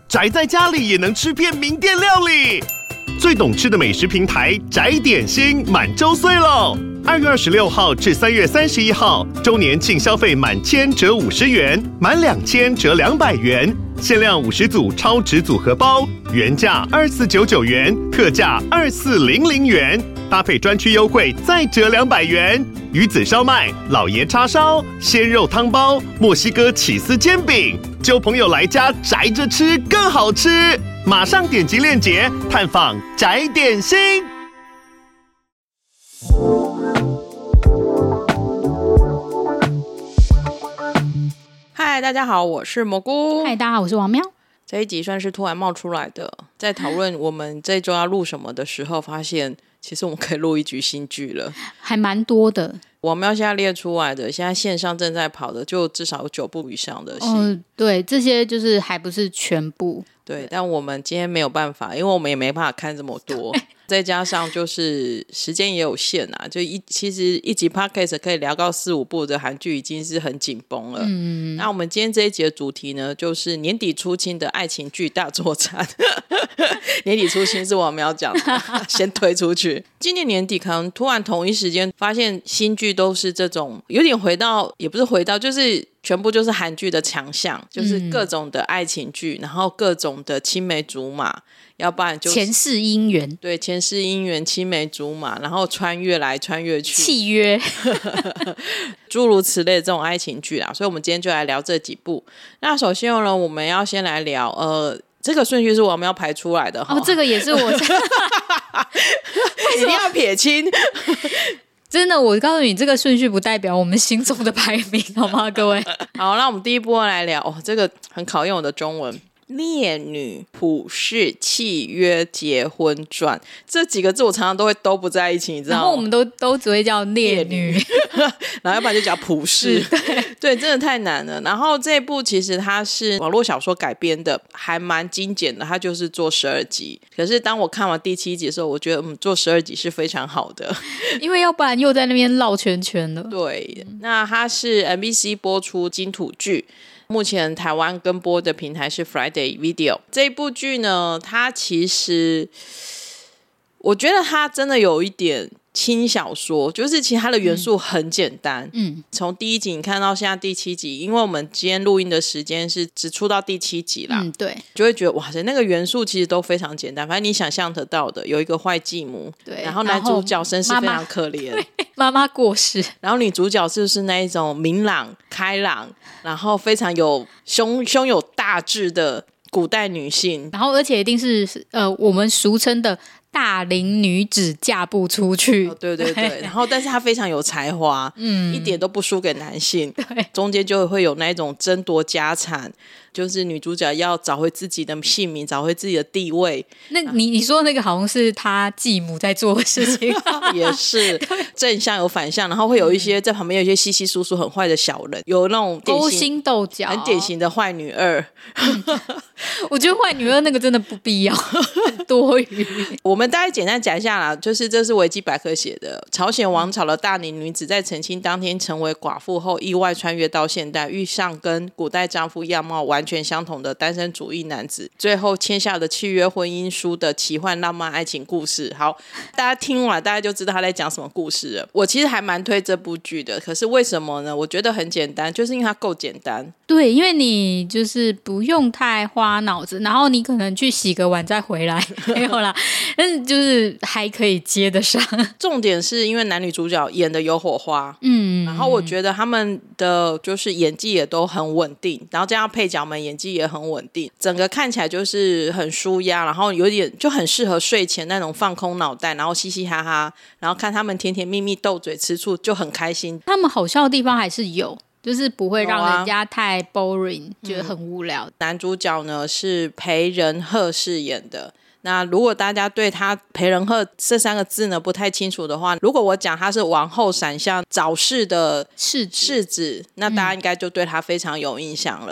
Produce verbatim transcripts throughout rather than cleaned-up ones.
宅在家里也能吃遍名店料理。最懂吃的美食平台宅点心满周岁喽！二月二十六号至三月三十一号，周年庆消费满千折五十元，满两千折两百元，限量五十组超值组合包，原价二四九九元，特价二四零零元，搭配专区优惠再折两百元。鱼子烧麦、老爷叉烧、鲜肉汤包、墨西哥起司煎饼，揪朋友来家宅着吃更好吃。马上点击链接探访宅点心。 嗨，大家好，我是蘑菇。 嗨，大家好，我是王喵。 这一集算是突然冒出来的，在讨论我们这一周要录什么的时候，发现其实我们可以录一局新剧了， 还蛮多的。 王喵现在列出来的，现在线上正在跑的，就至少有九部以上的戏。 嗯，对，这些就是还不是全部。 对，但我们今天没有办法，因为我们也没办法看这么多，再加上就是时间也有限啊，就一其实一集 podcast 可以聊到四五部的韩剧已经是很紧绷了。嗯，那我们今天这一集的主题呢，就是年底出清的爱情剧大作战。年底出清是我们要讲的，先推出去。今年年底可能突然同一时间发现新剧都是这种，有点回到，也不是回到，就是全部就是韩剧的强项，就是各种的爱情剧，然后各种的青梅竹马，要不然就是前世姻缘， 对，前世姻缘、青梅竹马，然后穿越来穿越去， 契约， 诸如此类的这种爱情剧啦。所以我们今天就来聊这几部。那首先呢，我们要先来聊呃。这个顺序是我们要排出来的哦，这个也是我一定要撇清。 真的，我告诉你，这个顺序不代表我们心中的排名，好吗，各位？ 好，那我们第一部来聊哦，这个很考验我的中文。烈女普世契约结婚传这几个字我常常都会都不在一起，你知道吗？ 然后我们都都只会叫烈女， 然后要不然就叫普世。对对，真的太难了。然后这一部其实它是网络小说改编的，还蛮精简的，它就是做十二集。可是当我看完第七集的时候，我觉得嗯，做十二集是非常好的，因为要不然又在那边绕圈圈了。 对，那它是 M B C 播出金土剧。目前台湾跟播的平台是 Friday Video。 这一部剧呢，它其实我觉得它真的有一点轻小说，就是其实它的元素很简单。嗯，从第一集你看到现在第七集，因为我们今天录音的时间是只出到第七集啦。嗯， 对， 就会觉得哇塞，那个元素其实都非常简单，反正你想象得到的，有一个坏继母，对，然后男主角身世非常可怜， 妈妈过世， 然后女主角就是那一种明朗开朗，然后非常有胸胸有大志的古代女性， 然后而且一定是呃我们俗称的大龄女子嫁不出去。 哦，对对对，然后但是她非常有才华，嗯，一点都不输给男性，对，中间就会有那种争夺家产，就是女主角要找回自己的姓名，找回自己的地位。 那你你说那个好像是她继母在做的事情。 也是正向有反向，然后会有一些、嗯、在旁边有一些稀稀疏疏很坏的小人，有那种勾心斗角， 很典型的坏女二。 我觉得坏女二那个真的不必要，很多余。 我们大概简单讲一下啦，就是这是维基百科写的，朝鲜王朝的大龄女子在成亲当天成为寡妇后，意外穿越到现代，遇上跟古代丈夫样貌完全相同的单身主义男子，最后签下的契约婚姻书的奇幻浪漫爱情故事。好，大家听完大家就知道他在讲什么故事了。我其实还蛮推这部剧的，可是为什么呢？我觉得很简单，就是因为它够简单。 对，因为你就是不用太花脑子，然后你可能去洗个碗再回来，没有啦，但就是还可以接得上。 重点是因为男女主角演的有火花，嗯，然后我觉得他们的就是演技也都很稳定，然后这样配角们演技也很稳定，整个看起来就是很舒压，然后有点就很适合睡前那种放空脑袋，然后嘻嘻哈哈，然后看他们甜甜蜜蜜斗嘴吃醋就很开心。 他们好笑的地方还是有，就是不会让人家太 boring、啊、觉得很无聊、嗯、 男主角呢是裴仁赫饰演的。那如果大家对他裴仁赫这三个字呢不太清楚的话，如果我讲他是王后闪相早逝的世子，那大家应该就对他非常有印象了、嗯、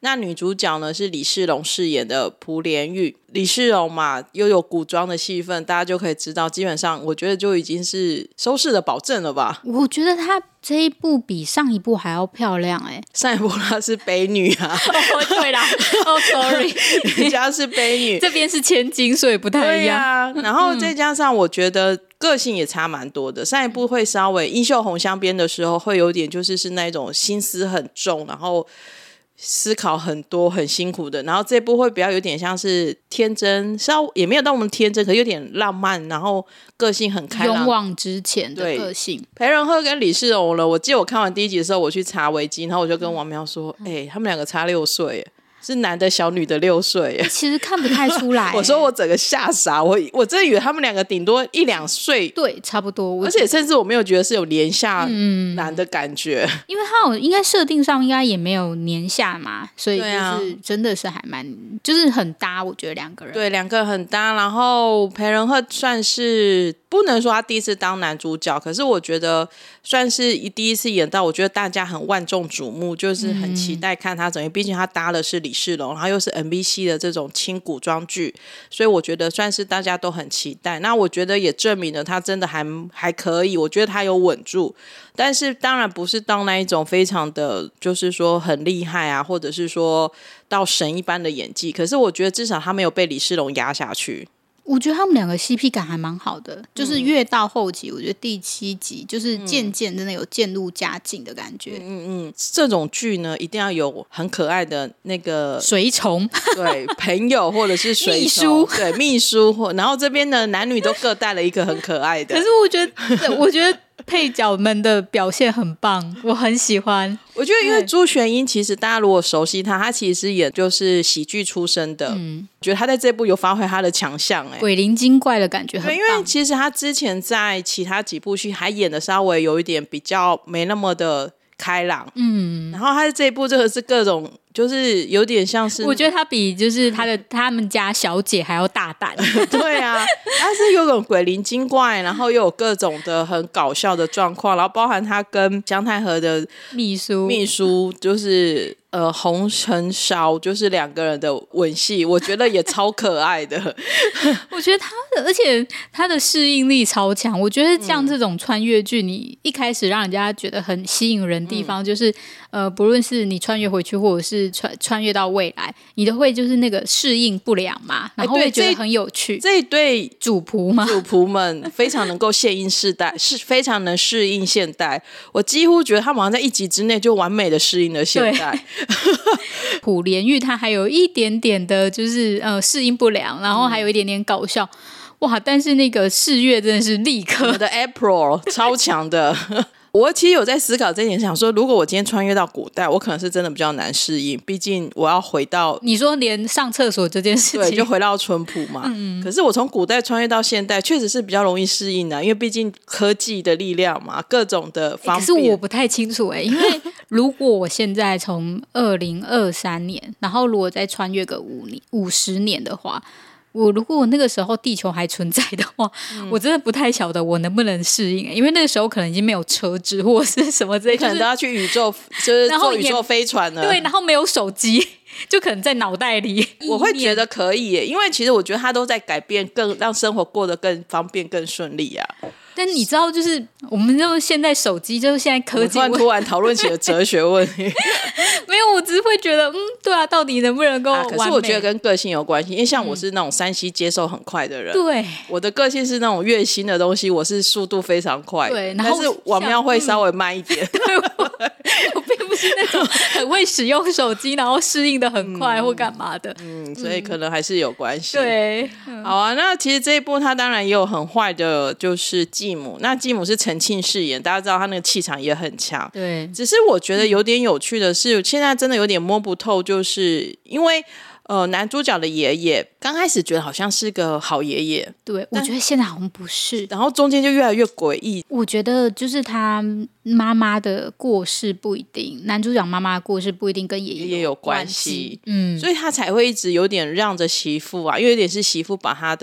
那女主角呢是李世龙饰演的蒲连玉。李世龙嘛，又有古装的戏份，大家就可以知道，基本上我觉得就已经是收视的保证了吧。 我觉得她这一部比上一部还要漂亮哎、欸， 上一部她是悲女啊。 哦，对啦，哦 ，sorry， 人家是悲女， 这边是千金，所以不太一样。 啊，然后再加上我觉得个性也差蛮多的。上一部会稍微衣袖红镶边的时候，会有点就是是那种心思很重，然后思考很多很辛苦的，然后这部会比较有点像是天真，稍也没有到我们天真，可是有点浪漫，然后个性很开朗， 勇往直前的个性。 裴仁赫跟李世龙了，我记得我看完第一集的时候，我去查维基，然后我就跟王苗说：“哎、欸，他们两个差六岁耶。”是男的小女的六岁， 其实看不太出来。 我说我整个吓傻，我我真的以为他们两个顶多一两岁， 对，差不多。 而且甚至我没有觉得是有年下男的感觉， 嗯、因为他有应该设定上应该也没有年下嘛，所以就是真的是还蛮、啊、就是很搭，我觉得两个人对两个人很搭。然后裴仁赫算是不能说他第一次当男主角，可是我觉得算是第一次演到，我觉得大家很万众瞩目，就是很期待看他怎么样。毕竟他搭的是李世龙，然后又是 N B C 的这种轻古装剧，所以我觉得算是大家都很期待。那我觉得也证明了他真的还还可以，我觉得他有稳住，但是当然不是到那一种非常的就是说很厉害啊，或者是说到神一般的演技，可是我觉得至少他没有被李世龙压下去。 我觉得他们两个 C P 感还蛮好的，就是越到后期，我觉得第七集就是渐渐真的有渐入佳境的感觉。 嗯嗯，这种剧呢，一定要有很可爱的那个随从， 对朋友或者是随秘书， 对秘书，或然后这边的男女都各带了一个很可爱的。 可是我觉得，我觉得配角们的表现很棒，我很喜欢。 我觉得因为朱玄英其实大家如果熟悉她，她其实也就是喜剧出身的，嗯，觉得她在这部有发挥她的强项，哎， 鬼灵精怪的感觉很棒。 对，因为其实她之前在其他几部戏还演的稍微有一点比较没那么的开朗，嗯，然后她这一部这个是各种就是有点像是， 我觉得她比就是她的他们家小姐还要大胆。 对啊，她是有种鬼灵精怪，然后又有各种的很搞笑的状况，然后包含她跟姜太和的秘书秘书就是呃洪承韶，就是两个人的吻戏，我觉得也超可爱的。 我觉得他的，而且他的适应力超强。我觉得像这种穿越剧，你一开始让人家觉得很吸引人的地方，嗯、就是呃，不论是你穿越回去，或者是穿穿越到未来，你都会就是那个适应不良嘛，然后会觉得很有趣。 欸、这, 这一对主仆嘛， 主仆们非常能够现应世代，是非常能适应现代。我几乎觉得他们好像在一集之内就完美的适应了现代。 蒲连玉他还有一点点的就是呃适应不良，然后还有一点点搞笑，嗯、哇！但是那个世月真的是立刻我的 April 超强的。我其实有在思考这一点，想说如果我今天穿越到古代，我可能是真的比较难适应，毕竟我要回到你说连上厕所这件事情， 对，就回到淳朴嘛。嗯、可是我从古代穿越到现代，确实是比较容易适应的，因为毕竟科技的力量嘛，各种的方便。 欸、可是我不太清楚哎、欸，因为如果我现在从二零二三年，然后如果再穿越个五年、五十年的话。我如果我那个时候地球还存在的话，嗯、我真的不太晓得我能不能适应，因为那个时候可能已经没有车子或是什么之类， 可能都要去宇宙，就是坐宇宙飞船了。 对，然后没有手机，就可能在脑袋里。 我会觉得可以耶，因为其实我觉得它都在改变，更让生活过得更方便、更顺利啊。 但你知道，就是我们就现在手机，就是现在科技， 我突然突然讨论起了哲学问题。 没有，我只是会觉得，嗯，对啊，到底能不能够完美、 啊？可是我觉得跟个性有关系，因为像我是那种三 C 接受很快的人， 对、嗯， 我的个性是那种越新的东西，我是速度非常快， 对，然后但是王喵会稍微慢一点。 嗯、对，我我并不是那种很会使用手机，然后适应的很快、嗯、或干嘛的， 嗯，所以可能还是有关系。 对， 嗯、好啊，那其实这一部它当然也有很坏的，就是继母，那继母是陈庆饰演，大家知道他那个气场也很强， 对。 只是我觉得有点有趣的是，嗯、现在真的有点摸不透，就是因为呃男主角的爷爷刚开始觉得好像是个好爷爷， 对，我觉得现在好像不是， 然后中间就越来越诡异。 我觉得就是他妈妈的过世不一定，男主角妈妈的过世不一定跟爷爷有关系， 嗯， 所以他才会一直有点让着媳妇啊，因为有点是媳妇把他的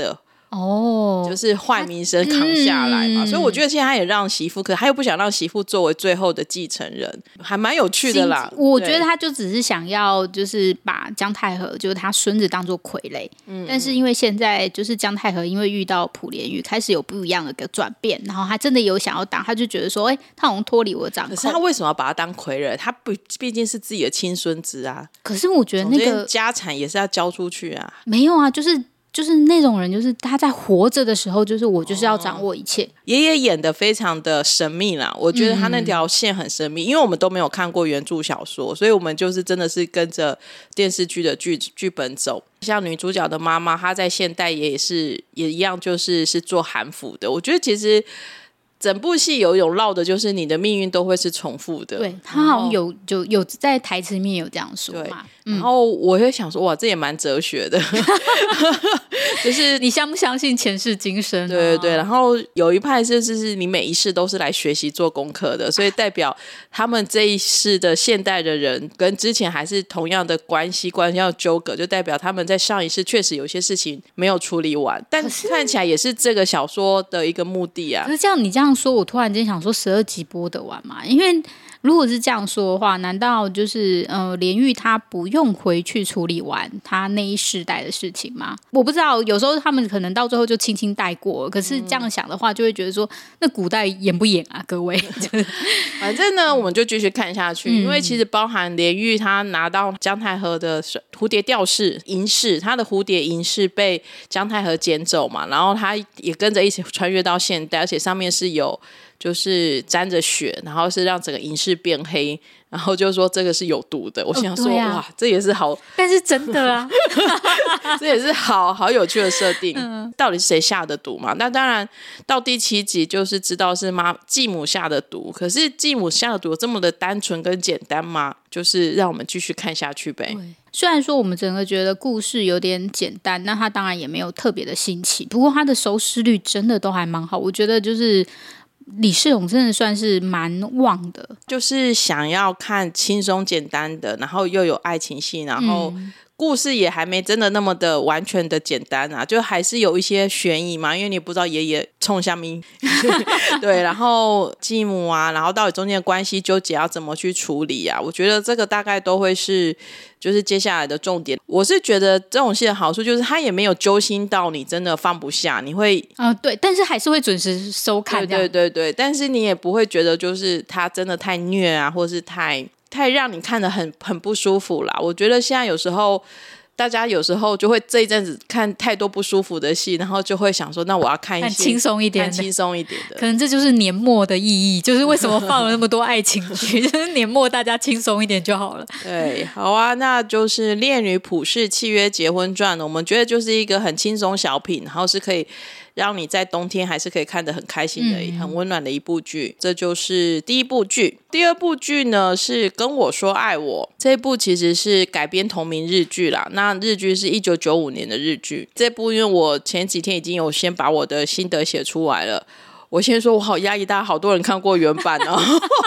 哦， 就是坏名声扛下来嘛、嗯、所以我觉得现在他也让媳妇，可他又不想让媳妇作为最后的继承人，还蛮有趣的啦。 我觉得他就只是想要就是把姜太和就是他孙子当做傀儡、嗯、但是因为现在就是姜太和因为遇到朴莲玉开始有不一样的个转变，然后他真的有想要当，他就觉得说哎、欸，他好像脱离我的掌控。 可是他为什么要把他当傀儡？他不毕竟是自己的亲孙子啊。 可是我觉得那个家产也是要交出去啊。 没有啊，就是就是那种人，就是他在活着的时候，就是我就是要掌握一切。 爷爷演得非常的神秘啦，我觉得他那条线很神秘、嗯、因为我们都没有看过原著小说，所以我们就是真的是跟着电视剧的剧剧本走。像女主角的妈妈，她在现代也是也一样，就是是做韩服的。我觉得其实整部戏有一种绕的，就是你的命运都会是重复的。 对，他好像有有有在台词里面有这样说嘛。 然后我会想说，哇，这也蛮哲学的，就是你相不相信前世今生、啊？ 对对对。然后有一派是是你每一世都是来学习做功课的，所以代表他们这一世的现代的人跟之前还是同样的关系关系要纠葛，就代表他们在上一世确实有些事情没有处理完，但看起来也是这个小说的一个目的啊。 可是这样你这样说，我突然间想说，十二集播得完嘛？因为如果是这样说的话，难道就是呃，连玉他不用回去处理完他那一世代的事情吗？我不知道，有时候他们可能到最后就轻轻带过。可是这样想的话，就会觉得说，那古代演不演啊，各位？就是反正呢，我们就继续看下去，嗯、因为其实包含连玉他拿到姜太和的蝴蝶吊饰银饰，他的蝴蝶银饰被姜太和捡走嘛，然后他也跟着一起穿越到现代，而且上面是有。就是沾着血，然后是让整个银饰变黑，然后就说这个是有毒的。我想说、哦啊、哇，这也是好， 但是真的啊， 这也是好好有趣的设定、嗯。到底是谁下的毒嘛？那当然到第七集就是知道是妈继母下的毒，可是继母下的毒有这么的单纯跟简单吗？就是让我们继续看下去呗。 虽然说我们整个觉得故事有点简单，那它当然也没有特别的新奇，不过它的收视率真的都还蛮好。我觉得就是李世宏真的算是蛮旺的， 就是想要看轻松简单的，然后又有爱情戏，然后故事也还没真的那么的完全的简单啊，就还是有一些悬疑嘛，因为你不知道爷爷冲下面对，然后继母啊，然后到底中间的关系纠结要怎么去处理啊，我觉得这个大概都会是就是接下来的重点。我是觉得这种戏的好处就是它也没有揪心到你真的放不下，你会啊、呃、对，但是还是会准时收看， 对对对对，但是你也不会觉得就是它真的太虐啊，或是太太让你看得很很不舒服啦。我觉得现在有时候大家有时候就会这一阵子看太多不舒服的戏，然后就会想说那我要看一些看轻松一点的， 看轻松一点的， 可能这就是年末的意义，就是为什么放了那么多爱情剧就是年末大家轻松一点就好了。 对，好啊，那就是《烈女朴氏契约结婚传》，我们觉得就是一个很轻松小品，然后是可以让你在冬天还是可以看得很开心的、嗯、很温暖的一部剧。这就是第一部剧。第二部剧呢是《跟我说爱我》，这一部其实是改编同名日剧啦，那日剧是一九九五年的日剧。这部因为我前几天已经有先把我的心得写出来了，我先说我好压抑，大家好多人看过原版哦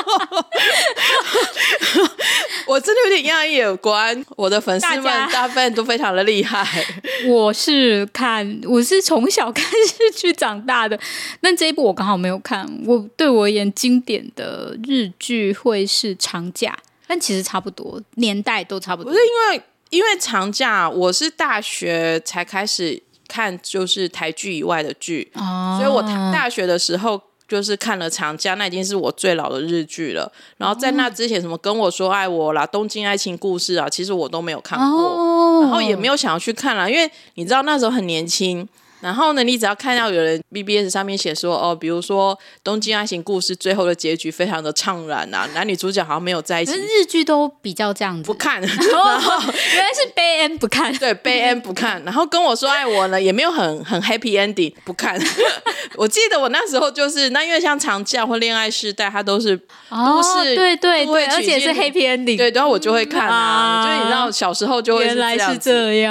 我真的有点压抑，有关我的粉丝们大部分都非常的厉害。 我是看我是从小看日剧长大的，但这一部我刚好没有看。我对我而言经典的日剧会是长假，但其实差不多年代都差不多。 不是因为因为长假我是大学才开始看就是台剧以外的剧、哦、所以我大学的时候就是看了长假，那已经是我最老的日剧了。然后在那之前什么跟我说爱我啦、东京爱情故事啊，其实我都没有看过、哦、然后也没有想要去看啦，因为你知道那时候很年轻，然后呢你只要看到有人 B B S 上面写说哦，比如说东京爱情故事最后的结局非常的怅然啊，男女主角好像没有在一起， 日剧都比较这样子， 不看然后原来是悲 end 不看， 对，悲 end 不看。然后跟我说爱我呢也没有很很 happy ending， 不看我记得我那时候就是那因为像长假或恋爱世代它都是、哦、都是对对对，而且是 happy ending， 对，然后我就会看啊、嗯、就是你知道小时候就会是这样子， 原来是这样。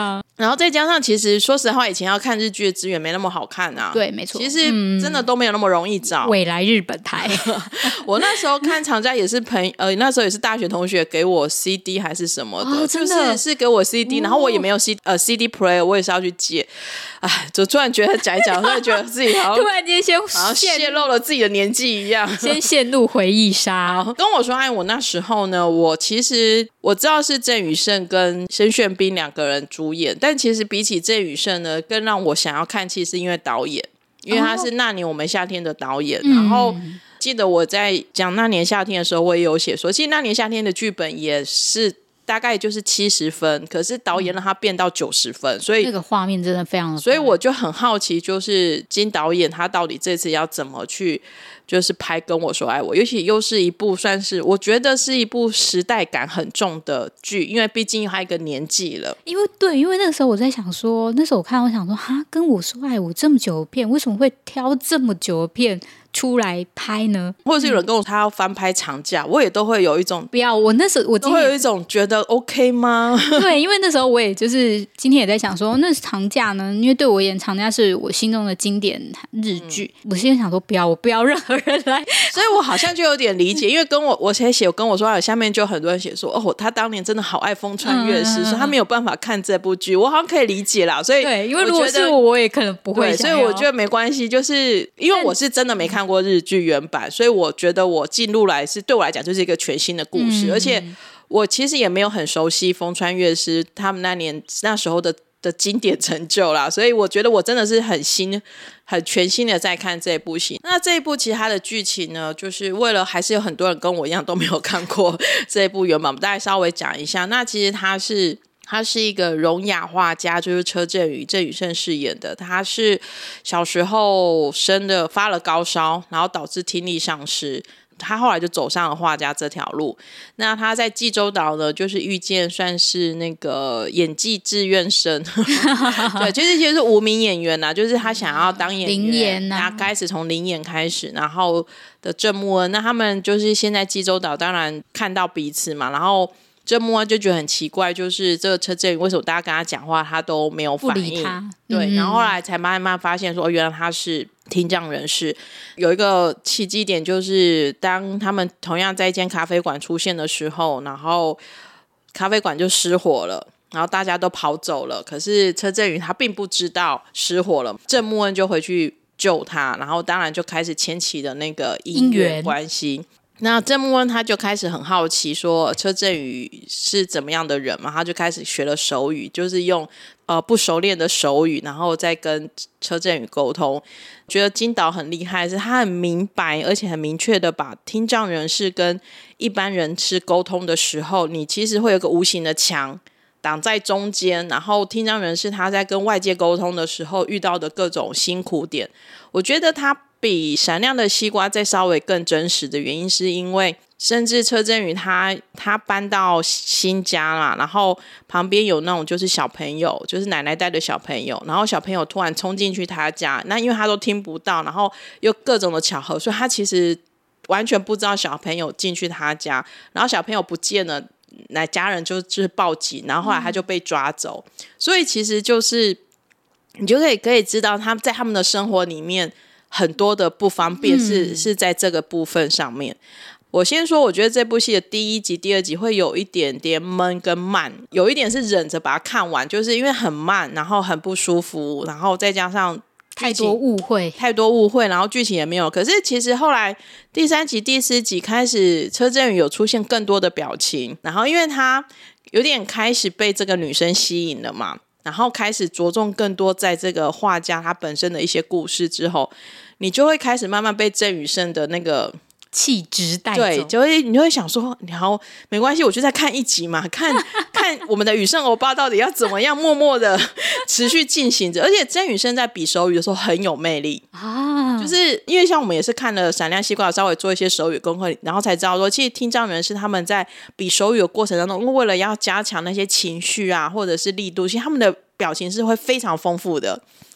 然后再加上其实说实话以前要看日剧的资源没那么好看啊， 对没错， 其实真的都没有那么容易找、 嗯、未来日本台我那时候看长假也是朋呃那时候也是大学同学给我 C D 还是什么的、 哦、真的就是是给我 C D、哦、然后我也没有 C, 呃 C D player 我也是要去借，哎，就突然觉得讲一讲突然觉得自己好像突然间先好像泄露了自己的年纪一样先陷入回忆杀跟我说爱我那时候呢，我其实我知道是郑宇盛跟申炫彬两个人主演，但其实比起郑宇盛呢，更让我想要看其实是因为导演，因为他是那年我们夏天的导演、哦、然后记得我在讲那年夏天的时候我也有写说，其实那年夏天的剧本也是大概就是七十分，可是导演让他变到九十分，所以那个画面真的非常的， 所以我就很好奇，就是金导演他到底这次要怎么去就是拍跟我说爱我，尤其又是一部算是我觉得是一部时代感很重的剧，因为毕竟还有一个年纪了。 因为对，因为那个时候我在想说，那时候我看我想说哈，跟我说爱我这么久的片，为什么会挑这么久的片出来拍呢？ 或者是有人跟我说他要翻拍长假、嗯、我也都会有一种不要，我那时候我今天都会有一种觉得 OK 吗？ 对，因为那时候我也就是今天也在想说，那长假呢，因为对我而言长假是我心中的经典日剧、嗯、我现在想说不要，我不要任何人来， 所以我好像就有点理解，因为跟我我写写跟我说下面就很多人写说哦，他当年真的好爱风川月史、嗯、所以他没有办法看这部剧，我好像可以理解啦。所以对，因为如果是我我也可能不会想要， 所以我觉得没关系，就是因为我是真的没看过日剧原版，所以我觉得我进入来是对我来讲就是一个全新的故事、嗯、而且我其实也没有很熟悉风川月史他们那年那时候的的经典成就啦，所以我觉得我真的是很新很全新的在看这一部戏。那这一部其实它的剧情呢，就是为了还是有很多人跟我一样都没有看过这一部原版，我们大概稍微讲一下。那其实它是他是一个聋哑画家，就是车正宇郑宇盛饰演的。他是小时候生的发了高烧，然后导致听力丧失，他后来就走上了画家这条路。那他在济州岛呢，就是遇见算是那个演技志愿生对，就是其实是无名演员啦，就是他想要当演员， 零演啊， 他开始从零演开始，然后的郑木恩，那他们就是现在济州岛当然看到彼此嘛，然后郑木恩就觉得很奇怪，就是这个车正宇为什么大家跟他讲话他都没有反应， 不理他、嗯、 对，然后后来才慢慢发现说、哦、原来他是听障人士。有一个契机点就是当他们同样在一间咖啡馆出现的时候，然后咖啡馆就失火了，然后大家都跑走了，可是车正宇他并不知道失火了，郑木恩就回去救他，然后当然就开始牵起了那个姻缘关系。那郑木恩他就开始很好奇说车正宇是怎么样的人嘛，他就开始学了手语，就是用呃不熟练的手语，然后再跟车正宇沟通。觉得金导很厉害，是他很明白而且很明确的把听障人士跟一般人士沟通的时候，你其实会有个无形的墙挡在中间，然后听障人士他在跟外界沟通的时候遇到的各种辛苦点，我觉得他比闪亮的西瓜再稍微更真实的原因是因为甚至车正宇他他搬到新家啦，然后旁边有那种就是小朋友，就是奶奶带的小朋友，然后小朋友突然冲进去他家，那因为他都听不到，然后又各种的巧合，所以他其实完全不知道小朋友进去他家，然后小朋友不见了，那家人就就是报警，然后后来他就被抓走、嗯、所以其实就是你就可以可以知道他在他们的生活里面很多的不方便是、嗯、是在这个部分上面。我先说我觉得这部戏的第一集第二集会有一点点闷跟慢，有一点是忍着把它看完，就是因为很慢，然后很不舒服，然后再加上太多误会太多误会，然后剧情也没有。可是其实后来第三集第四集开始车正宇有出现更多的表情，然后因为他有点开始被这个女生吸引了嘛，然后开始着重更多在这个画家他本身的一些故事之后，你就会开始慢慢被郑宇盛的那个气质带走， 对，就会你就会想说，好，没关系，我就再看一集嘛，看看我们的宇盛欧巴到底要怎么样默默的持续进行着。而且郑宇盛在比手语的时候很有魅力啊，就是因为像我们也是看了闪亮西瓜稍微做一些手语功课，然后才知道说其实听障人士他们在比手语的过程当中，为了要加强那些情绪啊或者是力度，其实他们的表情是会非常丰富的，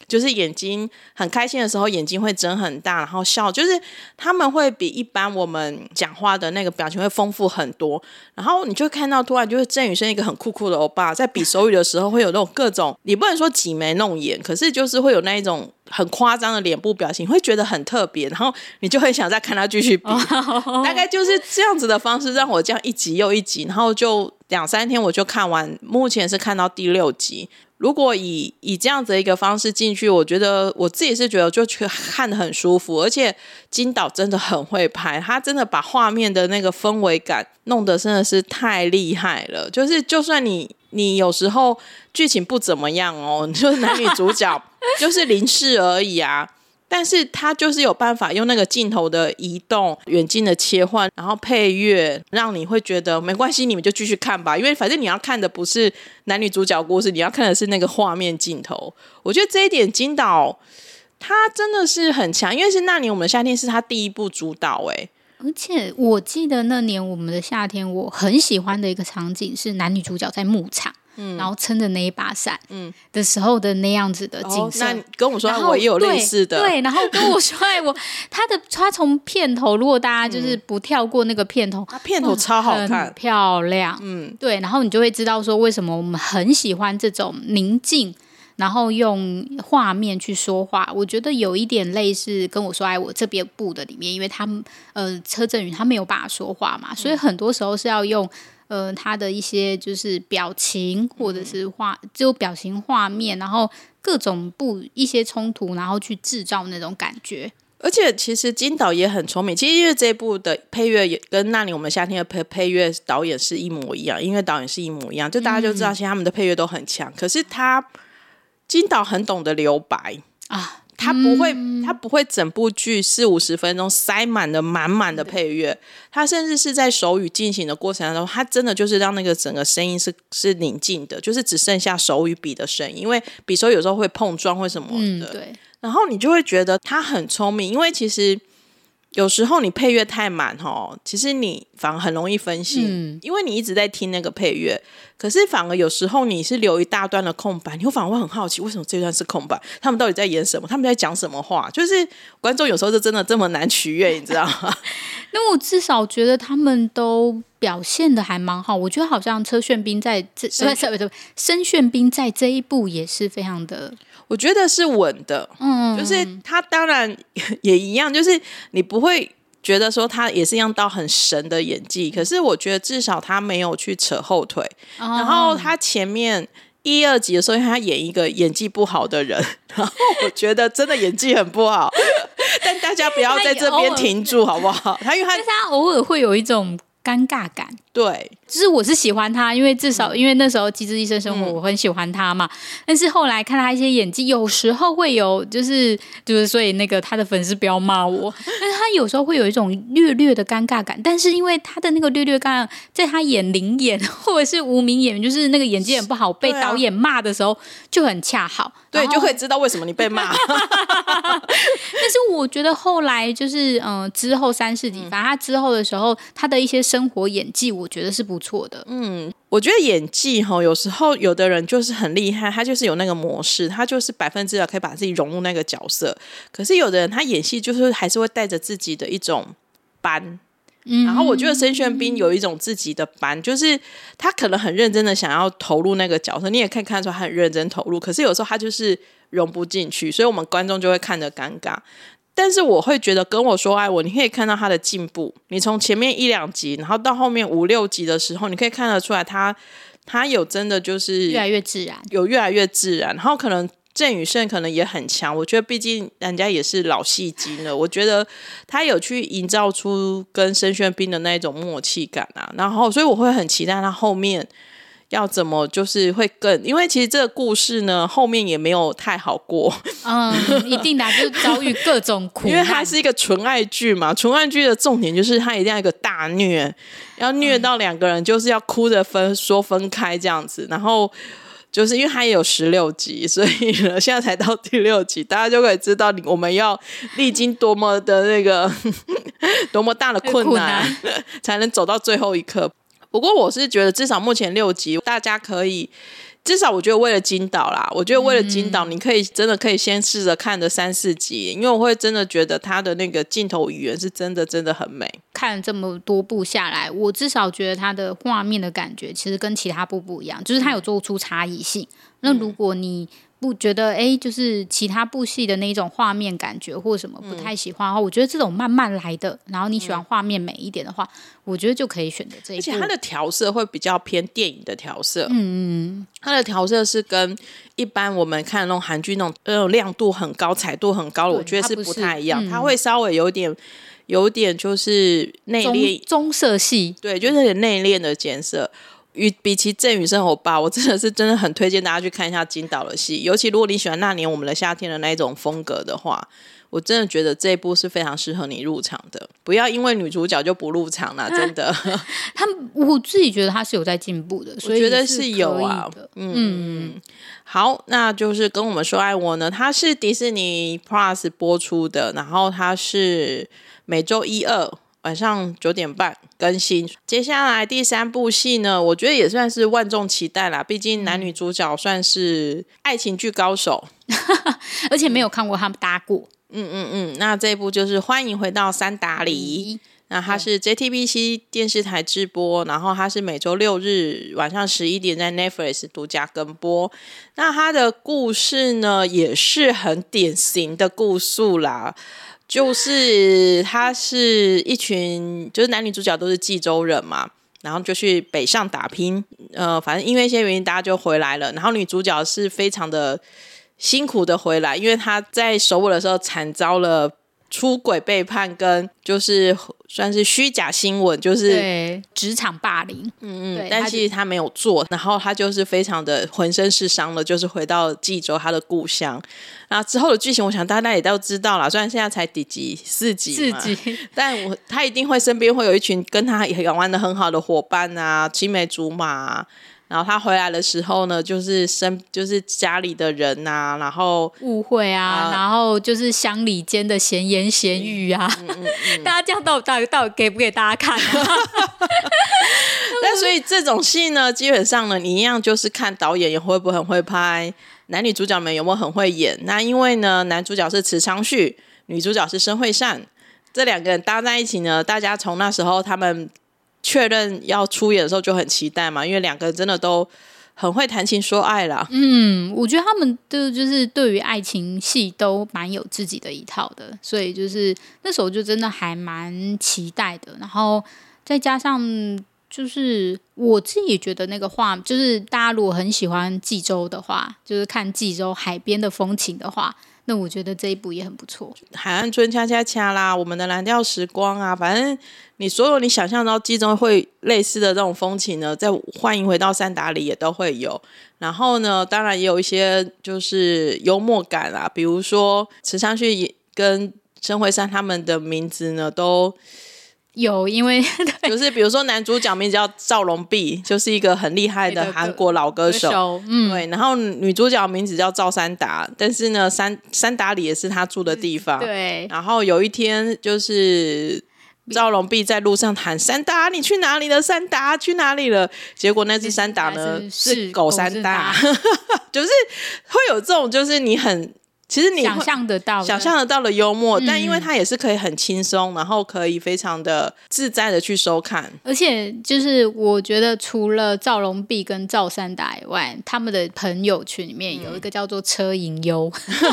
就是眼睛很开心的时候眼睛会睁很大，然后笑，就是他们会比一般我们讲话的那个表情会丰富很多。然后你就看到突然就是郑宇生一个很酷酷的欧巴，在比手语的时候会有那种各种，你不能说挤眉弄眼，可是就是会有那一种很夸张的脸部表情，会觉得很特别，然后你就会想再看他继续比。大概就是这样子的方式让我这样一集又一集，然后就两三天我就看完，目前是看到第六集。如果以以这样子的一个方式进去，我觉得我自己是觉得就看得很舒服，而且金导真的很会拍，他真的把画面的那个氛围感弄得真的是太厉害了。就是就算你你有时候剧情不怎么样哦，就是男女主角就是临事而已啊，但是他就是有办法用那个镜头的移动、远近的切换，然后配乐，让你会觉得没关系，你们就继续看吧，因为反正你要看的不是男女主角故事，你要看的是那个画面镜头。我觉得这一点金导他真的是很强，因为是那年我们的夏天是他第一部主导欸。 而且我记得那年我们的夏天，我很喜欢的一个场景是男女主角在牧场，嗯、然后撑着那一把伞的时候的那样子的景色。 哦、那跟我说我也有类似的， 对，对，然后跟我说爱我，他的他从片头，如果大家就是不跳过那个片头， 他、嗯、片头超好看， 很漂亮，嗯，对，然后你就会知道说为什么我们很喜欢这种宁静。然后用画面去说话，我觉得有一点类似跟我说爱我这边部的里面，因为他们呃车震宇他没有办法说话嘛，所以很多时候是要用呃他的一些就是表情或者是画，就表情画面，然后各种不一些冲突，然后去制造那种感觉。 而且其实金导也很聪明，其实因为这一部的配乐也跟那年我们夏天的配配乐导演是一模一样，音乐导演是一模一样，就大家就知道其实他们的配乐都很强、嗯、可是他金导很懂得留白啊，他不会、嗯、他不会整部剧四五十分钟塞满了满满的配乐，他甚至是在手语进行的过程当中，他真的就是让那个整个声音是是宁静的，就是只剩下手语笔的声音，因为笔手有时候会碰撞或什么的、嗯、对，然后你就会觉得他很聪明，因为其实有时候你配乐太满齁，其实你反而很容易分心、嗯、因为你一直在听那个配乐，可是反而有时候你是留一大段的空白，你会反而会很好奇为什么这段是空白，他们到底在演什么，他们在讲什么话，就是观众有时候是真的这么难取悦，你知道吗？ 那我至少觉得他们都表现的还蛮好，我觉得好像车炫斌在这申炫斌在这一部也是非常的， 我觉得是稳的，嗯，就是他当然也一样，就是你不会觉得说他也是一样到很神的演技，可是我觉得至少他没有去扯后腿、哦、然后他前面一二集的时候他演一个演技不好的人，然后我觉得真的演技很不好但大家不要在这边停住好不好，他因为他但是他偶尔会有一种尴尬感， 对， 就是我是喜欢他，因为至少、嗯、因为那时候《机智医生生活》我很喜欢他嘛、嗯、但是后来看他一些演技有时候会有就是就是所以那个他的粉丝不要骂我但是他有时候会有一种略略的尴尬感，但是因为他的那个略略尴尬在他演灵演或者是无名演员，就是那个演技很不好被导演骂的时候就很恰好， 对，就可以知道为什么你被骂但是我觉得后来就是嗯之后三四集、嗯、反正他之后的时候他的一些生活演技我觉得是不错的。 嗯，我觉得演技有时候有的人就是很厉害，他就是有那个模式，他就是百分之百可以把自己融入那个角色，可是有的人他演戏就是还是会带着自己的一种班、嗯、然后我觉得申炫斌有一种自己的班，就是他可能很认真的想要投入那个角色，你也可以看出来他很认真投入，可是有时候他就是融不进去，所以我们观众就会看得尴尬。但是我会觉得跟我说爱我，你可以看到他的进步，你从前面一两集然后到后面五六集的时候，你可以看得出来他他有真的就是越来越自然， 有越来越自然，然后可能郑宇盛可能也很强，我觉得毕竟人家也是老戏精了，我觉得他有去营造出跟申炫斌的那一种默契感啊，然后所以我会很期待他后面要怎么就是会更，因为其实这个故事呢后面也没有太好过， 嗯，一定的就是遭遇各种苦难， 因为它是一个纯爱剧嘛，纯爱剧的重点就是它一定要一个大虐，要虐到两个人就是要哭着分说分开这样子，然后就是因为它也有十六集，所以呢现在才到第六集，大家就可以知道我们要历经多么的那个多么大的困难才能走到最后一刻。不过我是觉得至少目前六集大家可以至少我觉得为了金岛啦，我觉得为了金岛、嗯、你可以真的可以先试着看的三四集，因为我会真的觉得他的那个镜头语言是真的真的很美。 看了这么多部下来，我至少觉得他的画面的感觉其实跟其他部不一样，就是他有做出差异性、嗯、那如果你不觉得哎，就是其他部戏的那种画面感觉或什么不太喜欢的话、嗯、我觉得这种慢慢来的，然后你喜欢画面美一点的话、嗯、我觉得就可以选择这一部。 而且它的调色会比较偏电影的调色， 嗯嗯， 它的调色是跟一般我们看的那种韩剧那种那种亮度很高彩度很高的我觉得是不太一样，它、嗯、它会稍微有点有点就是内敛棕色系， 对，就是有点内敛的颜色。与比起郑宇生欧巴，我真的是真的很推荐大家去看一下金岛的戏，尤其如果你喜欢那年我们的夏天的那一种风格的话，我真的觉得这一部是非常适合你入场的，不要因为女主角就不入场啦，真的。 他我自己觉得他是有在进步的，所以我觉得是有啊。嗯嗯，好，那就是跟我们说爱我呢，它是迪士尼 Plus 播出的，然后它是每周一二晚上九点半更新。接下来第三部戏呢，我觉得也算是万众期待啦，毕竟男女主角算是爱情剧高手， 而且没有看过他们搭过。 嗯嗯嗯，那这一部就是欢迎回到三达里、嗯、那它是 J T B C 电视台直播，然后它是每周六日晚上十一点在 Netflix 独家跟播。那它的故事呢也是很典型的故事啦，就是他是一群就是男女主角都是济州人嘛，然后就去北上打拼，呃，反正因为一些原因大家就回来了，然后女主角是非常的辛苦的回来，因为她在首尔的时候惨遭了出轨背叛跟就是算是虚假新闻，就是对职场霸凌， 嗯嗯，但其实他没有做，然后他就是非常的浑身是伤了，就是回到济州他的故乡。然后之后的剧情我想大家也都知道啦，虽然现在才第几四集嘛，四集，但我他一定会身边会有一群跟他玩的很好的伙伴啊，青梅竹马啊，然后他回来的时候呢，就是生就是家里的人啊，然后误会啊，啊然后就是乡里间的闲言闲语啊，嗯嗯嗯、大家这样到底到底到底给不给大家看啊？ 但所以这种戏呢，基本上呢，你一样就是看导演也会不会很会拍，男女主角们有没有很会演。那因为呢，男主角是池昌旭，女主角是申惠善，这两个人搭在一起呢，大家从那时候他们确认要出演的时候就很期待嘛，因为两个人真的都很会谈情说爱啦。 嗯，我觉得他们的就是对于爱情戏都蛮有自己的一套的，所以就是那时候就真的还蛮期待的。然后再加上就是我自己也觉得那个画，就是大家如果很喜欢济州的话，就是看济州海边的风情的话，那我觉得这一部也很不错。 海岸村恰恰恰啦，我们的蓝调时光啊，反正你所有你想象到济州会类似的这种风情呢，在欢迎回到三达里也都会有。然后呢，当然也有一些就是幽默感啊，比如说池昌旭跟申惠善他们的名字呢都有，因为就是比如说男主角名字叫赵龙碧，就是一个很厉害的韩国老歌手，歌手嗯、对，然后女主角名字叫赵三达，但是呢三三达里也是他住的地方， 对。 然后有一天就是赵龙碧在路上喊三达你去哪里了，三达去哪里了，结果那只三达呢 是, 是狗三达就是会有这种就是你很其实你想象得到想象得到的幽默、嗯、但因为它也是可以很轻松，然后可以非常的自在的去收看。 而且就是我觉得除了赵龙碧跟赵三达以外，他们的朋友群里面有一个叫做车银优、嗯、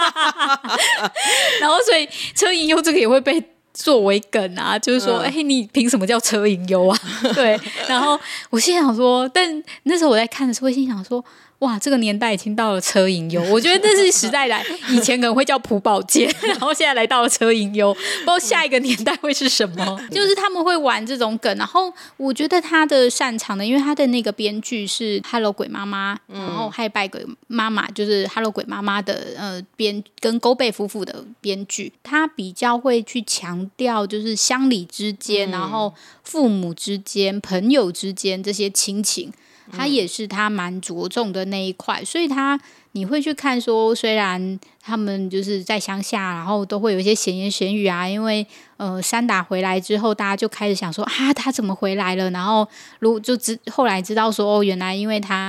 然后所以车银优这个也会被作为梗啊，就是说哎、嗯欸，你凭什么叫车银优啊？对，然后我心想说，但那时候我在看的时候会心想说，哇，这个年代已经到了车银优，我觉得这是时代来，以前可能会叫朴宝剑，然后现在来到了车银优，不知道下一个年代会是什么。就是他们会玩这种梗，然后我觉得他的擅长的，因为他的那个编剧是 Hello 鬼妈妈，然后嗨拜鬼妈妈就是 Hello 鬼妈妈的呃编跟勾贝夫妇的编剧，他比较会去强调就是乡里之间、嗯、然后父母之间朋友之间这些亲情，他也是他蛮着重的那一块，所以他你会去看说，虽然他们就是在乡下，然后都会有一些闲言闲语啊，因为呃三达回来之后，大家就开始想说啊，他怎么回来了？然后如果就知后来知道说，哦，原来因为他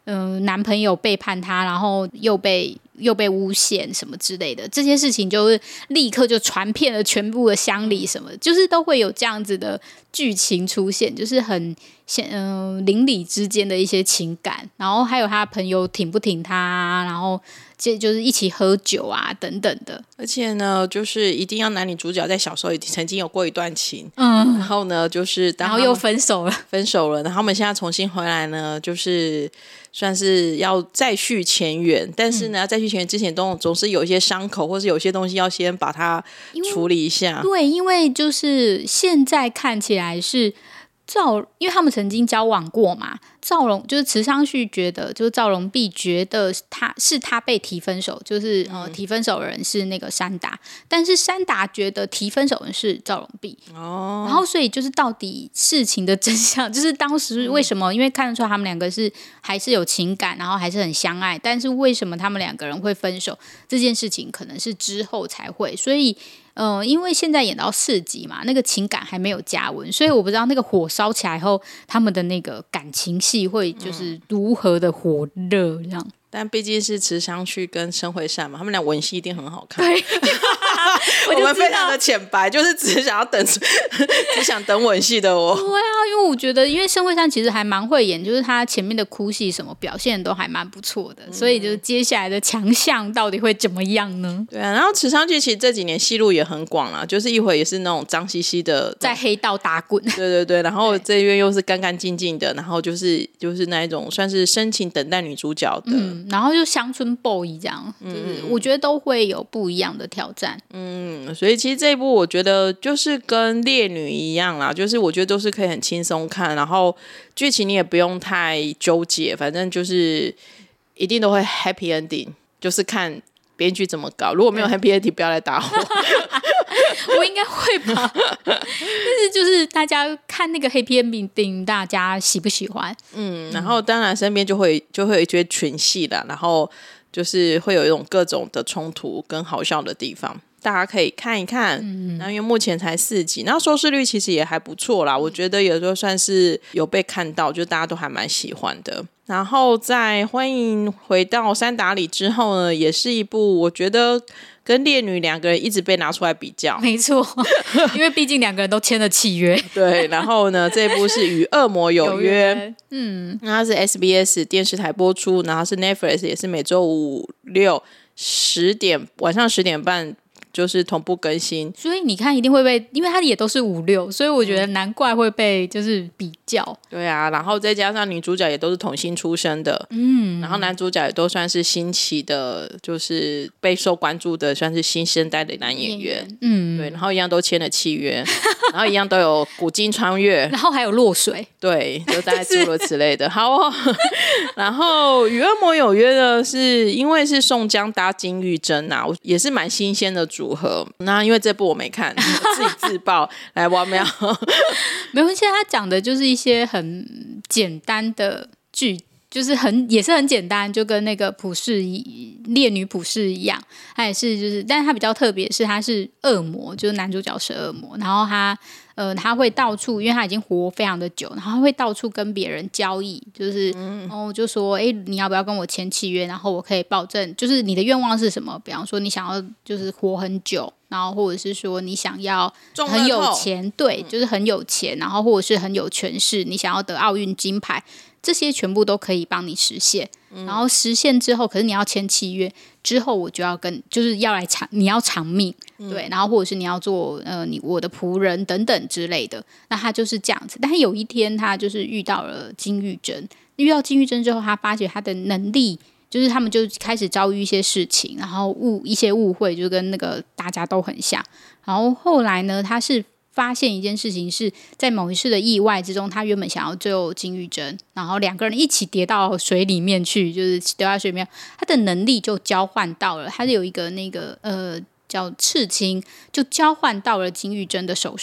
嗯、呃、男朋友背叛她，然后又被又被诬陷什么之类的，这些事情就是立刻就传遍了全部的乡里，什么就是都会有这样子的剧情出现，就是很嗯、呃、邻里之间的一些情感，然后还有他朋友挺不挺他、啊，然后这就是一起喝酒啊等等的。 而且呢，就是一定要男女主角在小时候也曾经有过一段情，嗯，然后呢，就是然后又分手了， 分手了，然后他们现在重新回来呢，就是算是要再续前缘，但是呢，嗯、再续前缘之前都总是有一些伤口，或是有些东西要先把它处理一下。 对，因为就是现在看起来是。赵，因为他们曾经交往过嘛，赵荣就是池昌旭觉得，就是赵荣弼觉得他是他被提分手，就是呃、嗯、提分手的人是那个山达，但是山达觉得提分手的人是赵荣弼哦，然后所以就是到底事情的真相，就是当时为什么？嗯、因为看得出来他们两个是还是有情感，然后还是很相爱，但是为什么他们两个人会分手？这件事情可能是之后才会，所以。呃，因为现在演到四集嘛，那个情感还没有加温，所以我不知道那个火烧起来后，他们的那个感情戏会就是如何的火热这样。 但毕竟是池昌旭跟申惠善嘛，他们俩吻戏一定很好看。 对， 我, 我们非常的浅白，就是只想要等，只想等吻戏的我。 对啊，因为我觉得，因为申惠善其实还蛮会演，就是他前面的哭戏什么表现都还蛮不错的，嗯、所以就是接下来的强项到底会怎么样呢？ 对啊，然后池昌旭其实这几年戏路也很广啦，就是一会也是那种脏兮兮的， 在黑道打滚。 对对对，然后这一边又是干干净净的，然后就是就是那一种算是深情等待女主角的。 嗯然后就乡村 boy 这样，就是我觉得都会有不一样的挑战。 嗯，所以其实这一部我觉得就是跟烈女一样啦，就是我觉得都是可以很轻松看，然后剧情你也不用太纠结，反正就是一定都会 happy ending， 就是看编剧怎么搞。如果没有 happy ending， 不要来打我。 我应该会吧，但是就是大家看那个 happy ending， 大家喜不喜欢？ 嗯，然后当然身边就会就会有一些群戏啦，然后就是会有一种各种的冲突跟好笑的地方，大家可以看一看。嗯，因为目前才四集，然后收视率其实也还不错啦，我觉得有时候算是有被看到，就大家都还蛮喜欢的。然后在欢迎回到三打里之后呢，也是一部我觉得跟烈女两个人一直被拿出来比较。 没错，因为毕竟两个人都签了契约。 对，然后呢，这一部是与恶魔有约，有约嗯，那它是 S B S 电视台播出，然后是 Netflix 也是每周五六十点晚上十点半。就是同步更新， 所以你看一定会被，因为它也都是五六，所以我觉得难怪会被就是比较。 对啊，然后再加上女主角也都是童星出身的，嗯，然后男主角也都算是新起的，就是备受关注的，算是新生代的男演员，演员嗯，对，然后一样都签了契约，然后一样都有古今穿越， 然后还有落水， 对，就大概诸如此类的。好哦，然后与恶魔有约的是因为是宋江搭金玉珍啊，也是蛮新鲜的组合。那因为这部我没看，我自己自爆来王喵。 没关系，他讲的就是一些很简单的剧，就是很也是很简单，就跟那个普世烈女普世一样，他也是就是，但是他比较特别是他是恶魔，就是男主角是恶魔，然后他呃他会到处，因为他已经活非常的久，然后他会到处跟别人交易，就是嗯哦就说哎你要不要跟我签契约，然后我可以保证，就是你的愿望是什么？比方说你想要就是活很久。然后或者是说你想要很有钱，对，就是很有钱，然后或者是很有权势，你想要得奥运金牌，这些全部都可以帮你实现。嗯、然后实现之后，可是你要签契约之后，我就要跟就是要来长，你要长命，嗯、对，然后或者是你要做呃你我的仆人等等之类的。那他就是这样子，但是有一天他就是遇到了金玉珍，遇到金玉珍之后，他发觉他的能力。就是他们就开始遭遇一些事情，然后误一些误会，就跟那个大家都很像。然后后来呢，他是发现一件事情，是在某一次的意外之中，他原本想要救金玉珍，然后两个人一起跌到水里面去，就是掉到水里面，他的能力就交换到了，他有一个那个呃叫刺青，就交换到了金玉珍的手上。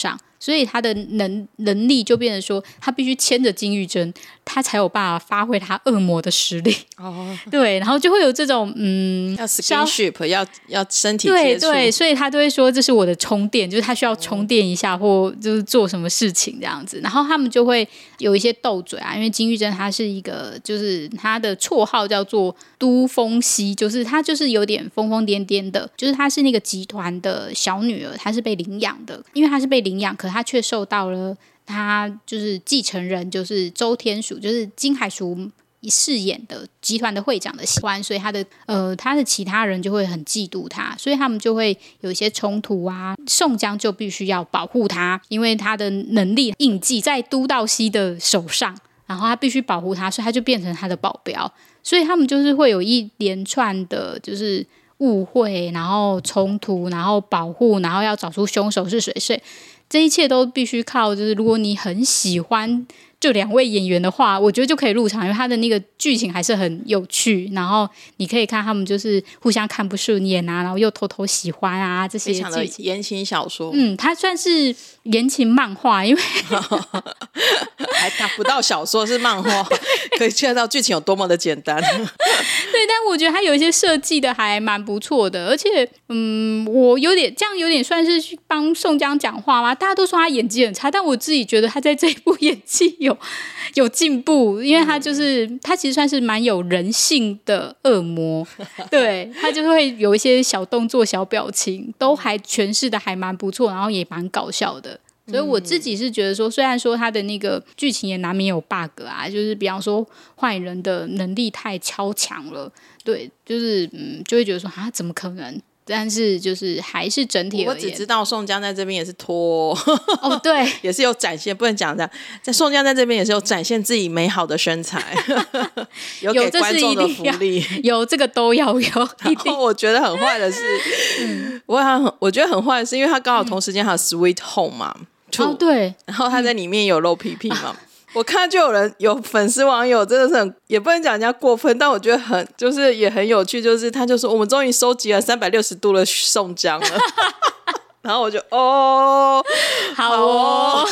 所以他的能能力就变成说，他必须牵着金玉珍，他才有办法发挥他恶魔的实力。哦，对，然后就会有这种嗯， 要 skinship， 要要身体接触， 对对，所以他都会说这是我的充电，就是他需要充电一下，哦、或就是做什么事情这样子。然后他们就会有一些斗嘴啊，因为金玉珍她是一个，就是她的绰号叫做都风熙，就是她就是有点疯疯癫癫的，就是她是那个集团的小女儿，她是被领养的，因为她是被领养，可她却受到了她就是继承人，就是周天蜀，就是金海淑饰演的集团的会长的喜欢，所以他的呃他的其他人就会很嫉妒他，所以他们就会有一些冲突啊。宋江就必须要保护他，因为他的能力印记在都道熙的手上，然后他必须保护他，所以他就变成他的保镖。所以他们就是会有一连串的，就是误会，然后冲突，然后保护，然后要找出凶手是谁谁。这一切都必须靠，就是如果你很喜欢这两位演员的话，我觉得就可以入场，因为他的那个剧情还是很有趣，然后你可以看他们就是互相看不顺眼啊，然后又偷偷喜欢啊，这些非常的言情小说。 嗯，它算是言情漫画，因为还达不到小说，是漫画，可以看到剧情有多么的简单。 对，但我觉得它有一些设计的还蛮不错的，而且嗯，我有点这样有点算是去帮宋江讲话吗？大家都说他演技很差，但我自己觉得他在这一部演技有有进步，因为他就是他其实算是蛮有人性的恶魔，对，他就会有一些小动作小表情都还诠释的还蛮不错，然后也蛮搞笑的。所以我自己是觉得说，虽然说他的那个剧情也难免有 bug 啊，就是比方说坏人的能力太超强了，对，就是嗯，就会觉得说啊，怎么可能？但是就是还是整体而言， 我只知道宋江在这边也是拖哦，对， 也是有展现，不能讲这样，在宋江在这边也是有展现自己美好的身材，有给观众的福利， 有这个都要有。 然后我觉得很坏的是，嗯、我很我觉得很坏的是，因为他刚好同时间还有 Sweet Home 嘛， 哦对， 然后他在里面有露屁屁嘛。我看就有人有粉丝网友真的是很，也不能讲人家过分，但我觉得很就是也很有趣，就是他就说我们终于收集了三百六十度的宋江了，然后我就哦， 好哦，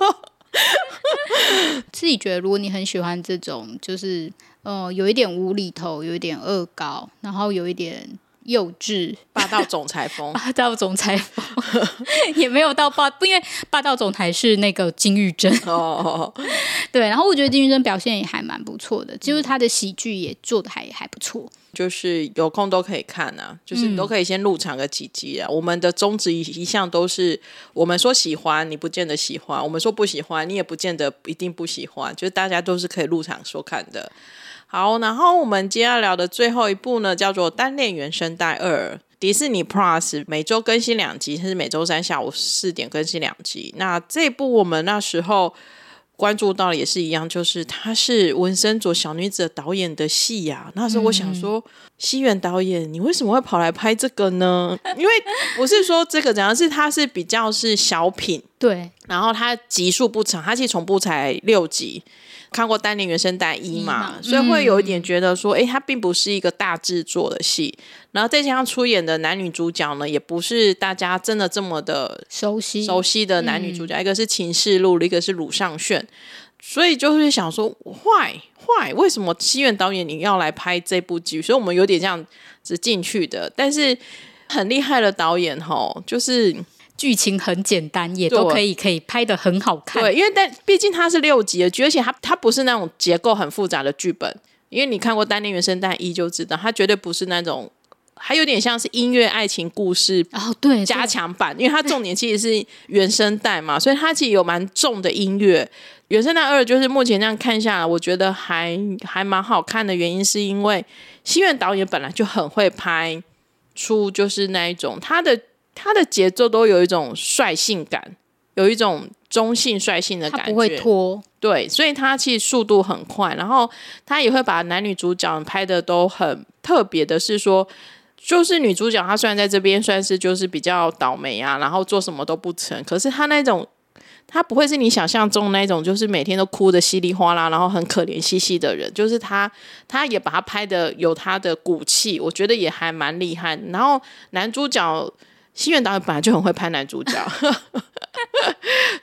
自己觉得如果你很喜欢这种，就是呃有一点无厘头，有一点恶搞，然后有一点幼稚霸道总裁风霸道总裁风也没有到霸，因为霸道总裁是那个金玉珍哦，对，然后我觉得金玉珍表现也还蛮不错的，就是他的喜剧也做的还还不错， 就是有空都可以看啊，就是你都可以先入场个几集啊、嗯、我们的宗旨一向都是我们说喜欢你不见得喜欢，我们说不喜欢你也不见得一定不喜欢，就是大家都是可以入场收看的。好，然后我们接下来聊的最后一部呢，叫做《单恋原声带二》，迪士尼 Plus 每周更新两集，是每周三下午四点更新两集。那这部我们那时候关注到的也是一样，就是它是文森佐小女子的导演的戏呀、啊。那时候我想说，西元导演，你为什么会跑来拍这个呢？因为不是说这个怎样，是它是比较是小品， 对， 然后它集数不长，它其实重播才六集。看过《单恋原声带一》嘛、嗯、所以会有一点觉得说诶，它并不是一个大制作的戏，然后再加上出演的男女主角呢也不是大家真的这么的熟悉熟悉的男女主角、嗯、一个是秦世禄，一个是鲁尚铉，所以就会想说 why why 为什么西元导演你要来拍这部剧，所以我们有点这样子进去的，但是很厉害的导演齁，就是剧情很简单，也都可以可以拍得很好看。 对，因为但毕竟它是六集的剧，而且它它不是那种结构很复杂的剧本。因为你看过《单恋原声带一》就知道，它绝对不是那种，还有点像是音乐爱情故事哦，对， 加强版。因为它重点其实是原声带嘛，所以它其实有蛮重的音乐。原声带二就是目前这样看下来，我觉得还还蛮好看的原因，是因为西元导演本来就很会拍出就是那一种他的。他的节奏都有一种率性感，有一种中性率性的感觉， 他不会拖， 对，所以他其实速度很快，然后他也会把男女主角拍的都很特别的是说，就是女主角她虽然在这边算是就是比较倒霉啊，然后做什么都不成，可是她那种他不会是你想象中那种就是每天都哭得稀里哗啦然后很可怜兮兮的人，就是他他也把他拍的有他的骨气，我觉得也还蛮厉害。然后男主角西元导演本来就很会拍男主角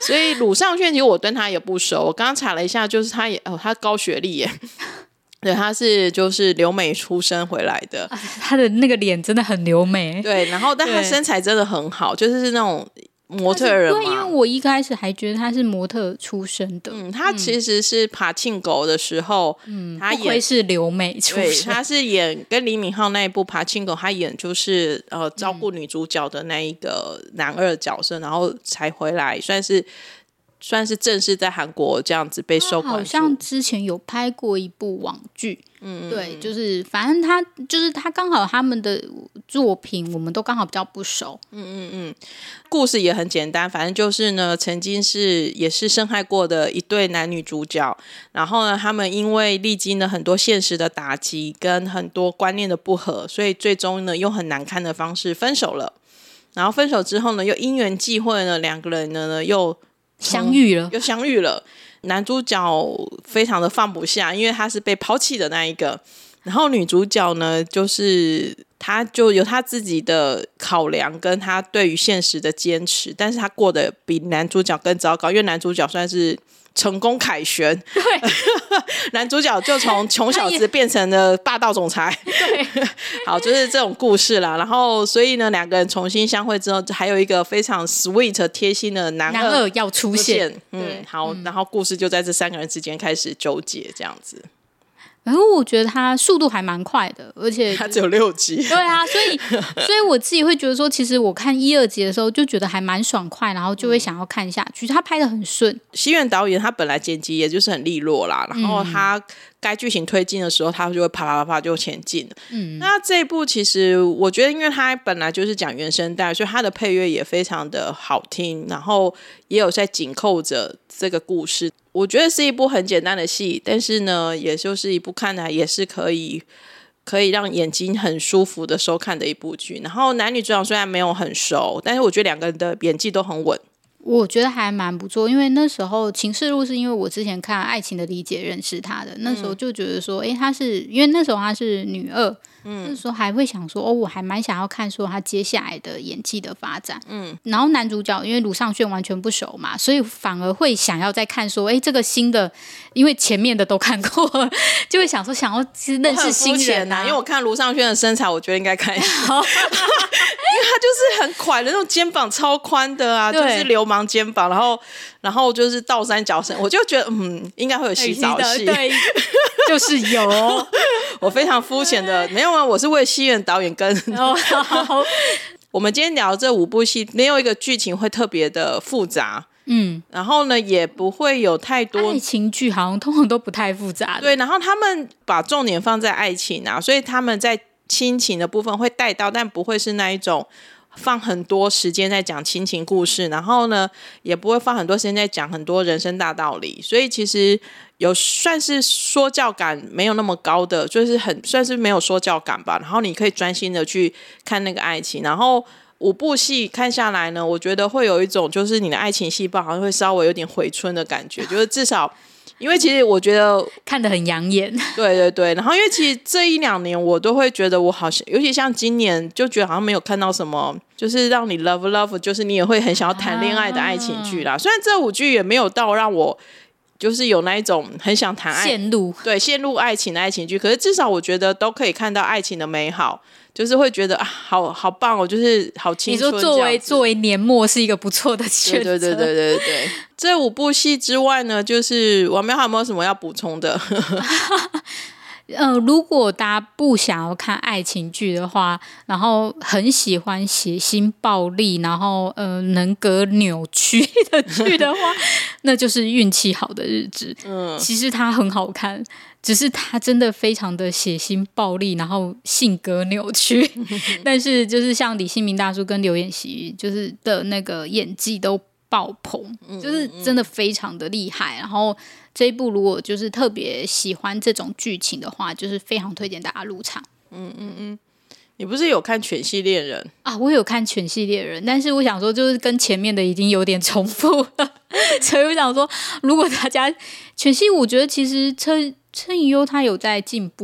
所以鲁尚铉其实我跟他也不熟，我刚刚查了一下，就是他也哦，他高学历耶。对，他是就是留美出身回来的、 啊、他的那个脸真的很留美。 对，然后但他身材真的很好，就是那种模特人嘛。 对，因为我一开始还觉得他是模特出身的。 嗯，他其实是爬庆狗的时候，嗯，他演不愧是留美出身。 对，他是演跟李敏镐那一部爬庆狗，他演就是呃照顾女主角的那一个男二角色，嗯、然后才回来，算是。算是正式在韩国这样子被受关注， 好像之前有拍过一部网剧，嗯，对，就是反正他就是他刚好他们的作品我们都刚好比较不熟， 嗯嗯嗯，故事也很简单，反正就是呢，曾经是也是深爱过的一对男女主角，然后呢，他们因为历经了很多现实的打击跟很多观念的不合，所以最终呢用很难堪的方式分手了。然后分手之后呢，又因缘际会呢，两个人呢又相遇了， 又相遇了。男主角非常的放不下，因为他是被抛弃的那一个。然后女主角呢，就是她就有她自己的考量，跟她对于现实的坚持，但是她过得比男主角更糟糕，因为男主角算是成功凯旋， 对， 男主角就从穷小子变成了霸道总裁， 对， 好，就是这种故事啦。然后，所以呢，两个人重新相会之后，还有一个非常 sweet 贴心的男二, 男二要出现， 嗯，好，然后故事就在这三个人之间开始纠结，这样子。 然后我觉得它速度还蛮快的，而且它只有六集。 对啊，所以所以我自己会觉得说，其实我看一二集的时候就觉得还蛮爽快，然后就会想要看下去。他拍得很顺， 西苑导演他本来剪辑也就是很利落啦，然后他该剧情推进的时候，他就会啪啪啪啪就前进了。嗯，那这一部其实我觉得，因为他本来就是讲原声带，所以他的配乐也非常的好听，然后也有在紧扣着这个故事。我觉得是一部很简单的戏，但是呢，也就是一部看来也是可以可以让眼睛很舒服的收看的一部剧。然后男女主角虽然没有很熟，但是我觉得两个人的演技都很稳。 我觉得还蛮不错，因为那时候《情事录》是因为我之前看《爱情的理解》认识他的，那时候就觉得说，哎、欸，他是因为那时候他是女二，嗯，那时候还会想说，哦，我还蛮想要看说他接下来的演技的发展，嗯，然后男主角因为鲁尚铉完全不熟嘛，所以反而会想要再看说，哎、欸，这个新的，因为前面的都看过，就会想说想要认识新人啊，因为我看卢尚铉的身材，我觉得应该看一下，因为他就是很快的那种肩膀超宽的啊，就是流氓肩膀，然后然后就是倒三角身，我就觉得嗯，应该会有洗澡戏， 对，就是有。 我非常肤浅的，没有啊，我是为西苑导演跟。 哦，好。 我们今天聊这五部戏，没有一个剧情会特别的复杂，嗯，然后呢，也不会有太多爱情剧，好像通常都不太复杂的。 对，然后他们把重点放在爱情啊，所以他们在亲情的部分会带到，但不会是那一种放很多时间在讲亲情故事，然后呢，也不会放很多时间在讲很多人生大道理，所以其实有算是说教感没有那么高的，就是很算是没有说教感吧。然后你可以专心的去看那个爱情，然后五部戏看下来呢，我觉得会有一种就是你的爱情细胞好像会稍微有点回春的感觉，就是至少。因为其实我觉得看得很养眼， 对对对，然后因为其实这一两年我都会觉得我好像，尤其像今年就觉得好像没有看到什么就是让你 love love， 就是你也会很想要谈恋爱的爱情剧啦、啊、虽然这五剧也没有到让我就是有那一种很想谈爱陷入对陷入爱情的爱情剧，可是至少我觉得都可以看到爱情的美好，就是会觉得啊，好好棒哦，就是好青春。 你说作为作为年末是一个不错的选择。 对对对对对对。这五部戏之外呢，就是王喵还有没有什么要补充的？ 呃，如果大家不想要看爱情剧的话，然后很喜欢血腥暴力，然后呃人格扭曲的剧的话，那就是运气好的日子。嗯，其实它很好看，只是它真的非常的血腥暴力，然后性格扭曲。但是就是像李星民大叔跟刘演熙，就是的那个演技都爆棚，就是真的非常的厉害。然后这一部如果就是特别喜欢这种剧情的话，就是非常推荐大家入场。 嗯嗯嗯，你不是有看《犬系猎人》 啊？我有看《犬系猎人》，但是我想说，就是跟前面的已经有点重复了，所以我想说，如果大家犬系，我觉得其实车车银优他有在进步。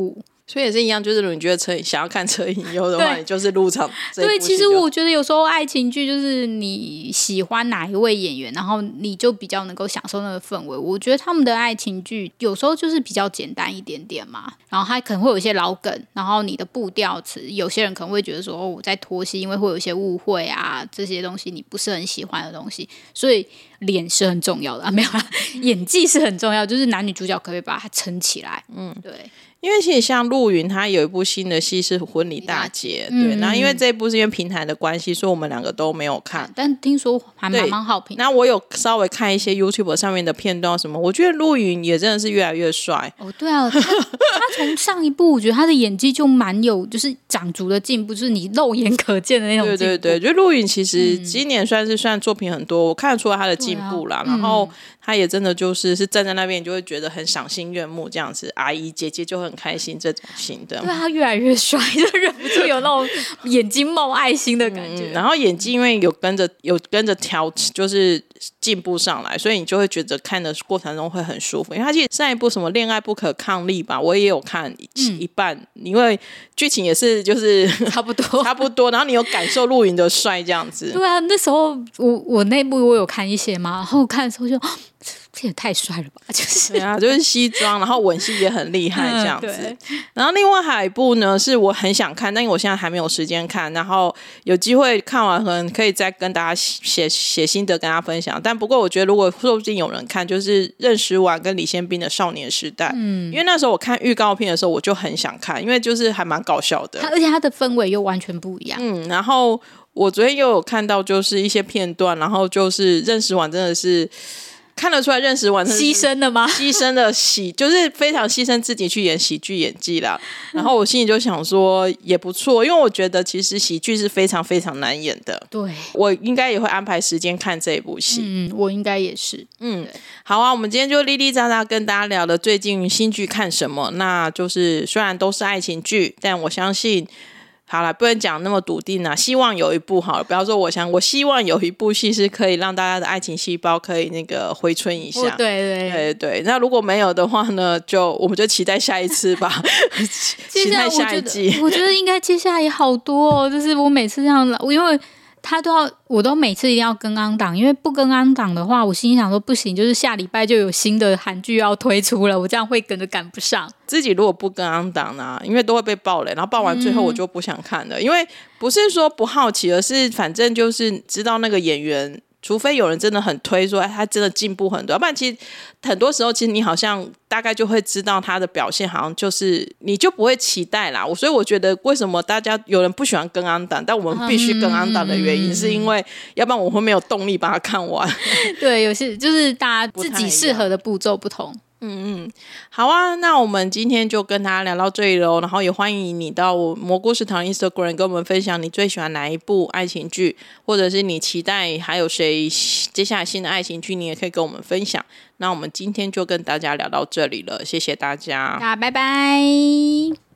所以也是一样，就是如果你觉得车想要看车银优的话，你就是入场这一部对， 戏就。 其实我觉得有时候爱情剧就是你喜欢哪一位演员，然后你就比较能够享受那个氛围。我觉得他们的爱情剧有时候就是比较简单一点点嘛，然后它可能会有一些老梗，然后你的步调词，有些人可能会觉得说、哦、我在拖戏，因为会有一些误会啊，这些东西你不是很喜欢的东西，所以脸是很重要的啊，没有啦，演技是很重要，就是男女主角可不可以把它撑起来？嗯，对。 因为其实像陆云他有一部新的戏是《婚礼大捷》，嗯、对，那因为这一部是因为平台的关系，所以我们两个都没有看， 但听说还蛮蛮好评。 那我有稍微看一些 YouTube 上面的片段什么，我觉得陆云也真的是越来越帅。 哦，对啊，他他从上一部我觉得他的演技就蛮有，就是长足的进步，就是你肉眼可见的那种进步。 对对对，就陆云其实今年算是算作品很多，我看得出来他的进步啦，啊、然后。嗯他也真的就是是站在那边，你就会觉得很赏心悦目，这样子，阿姨姐姐就很开心这种型的。 对，他越来越帅，就忍不住有那种眼睛冒爱心的感觉。 嗯、然后演技因为有跟着有跟着调，就是进步上来，所以你就会觉得看的过程中会很舒服。因为他其实上一部什么《恋爱不可抗力》吧，我也有看一半，嗯、因为剧情也是就是差不多差不多，然后你有感受陆云的帅这样子。 对啊，那时候我我那部我有看一些嘛，然后看的时候就。这也太帅了吧！就是对啊，就是西装，然后吻戏也很厉害这样子。嗯、然后另外还有一部呢，是我很想看，但因为我现在还没有时间看，然后有机会看完可能可以再跟大家写写心得跟大家分享。但不过我觉得如果说不定有人看，就是任时完跟李宪彬的《少年时代》，嗯，因为那时候我看预告片的时候，我就很想看，因为就是还蛮搞笑的， 而且它的氛围又完全不一样。 嗯，然后我昨天又有看到就是一些片段，然后就是任时完真的是。看得出来任时完牺牲了吗？ 牺牲的喜就是非常牺牲自己去演喜剧演技啦。然后我心里就想说也不错，因为我觉得其实喜剧是非常非常难演的。 对， 我应该也会安排时间看这一部戏。 嗯，我应该也是。 嗯，好啊，我们今天就哩哩喳喳跟大家聊了最近新剧看什么。那就是虽然都是爱情剧，但我相信。好了，不能讲那么笃定啊。希望有一部好了，不要说我想，我希望有一部戏是可以让大家的爱情细胞可以那个回春一下。 哦、对对对对，那如果没有的话呢，就我们就期待下一次吧，期待下一季。 我觉得应该接下来也好多哦，就是我每次这样，因为。他都要，我都每次一定要跟昂档，因为不跟昂档的话，我心里想说不行，就是下礼拜就有新的韩剧要推出了，我这样会跟着赶不上。 自己如果不跟昂档呢，因为都会被爆雷，然后爆完最后我就不想看了，嗯、因为不是说不好奇，而是反正就是知道那个演员。除非有人真的很推说他真的进步很多，要不然其实很多时候其实你好像大概就会知道他的表现好像就是你就不会期待啦。所以我觉得为什么大家有人不喜欢跟昂档，但我们必须跟昂档的原因是因为要不然我会没有动力把它看完。 对，有些就是大家自己适合的步骤不同。 嗯嗯，好啊，那我们今天就跟大家聊到这里咯，然后也欢迎你到蘑菇食堂 Instagram 跟我们分享你最喜欢哪一部爱情剧，或者是你期待还有谁接下来新的爱情剧，你也可以跟我们分享。那我们今天就跟大家聊到这里了，谢谢大家， 大家拜拜。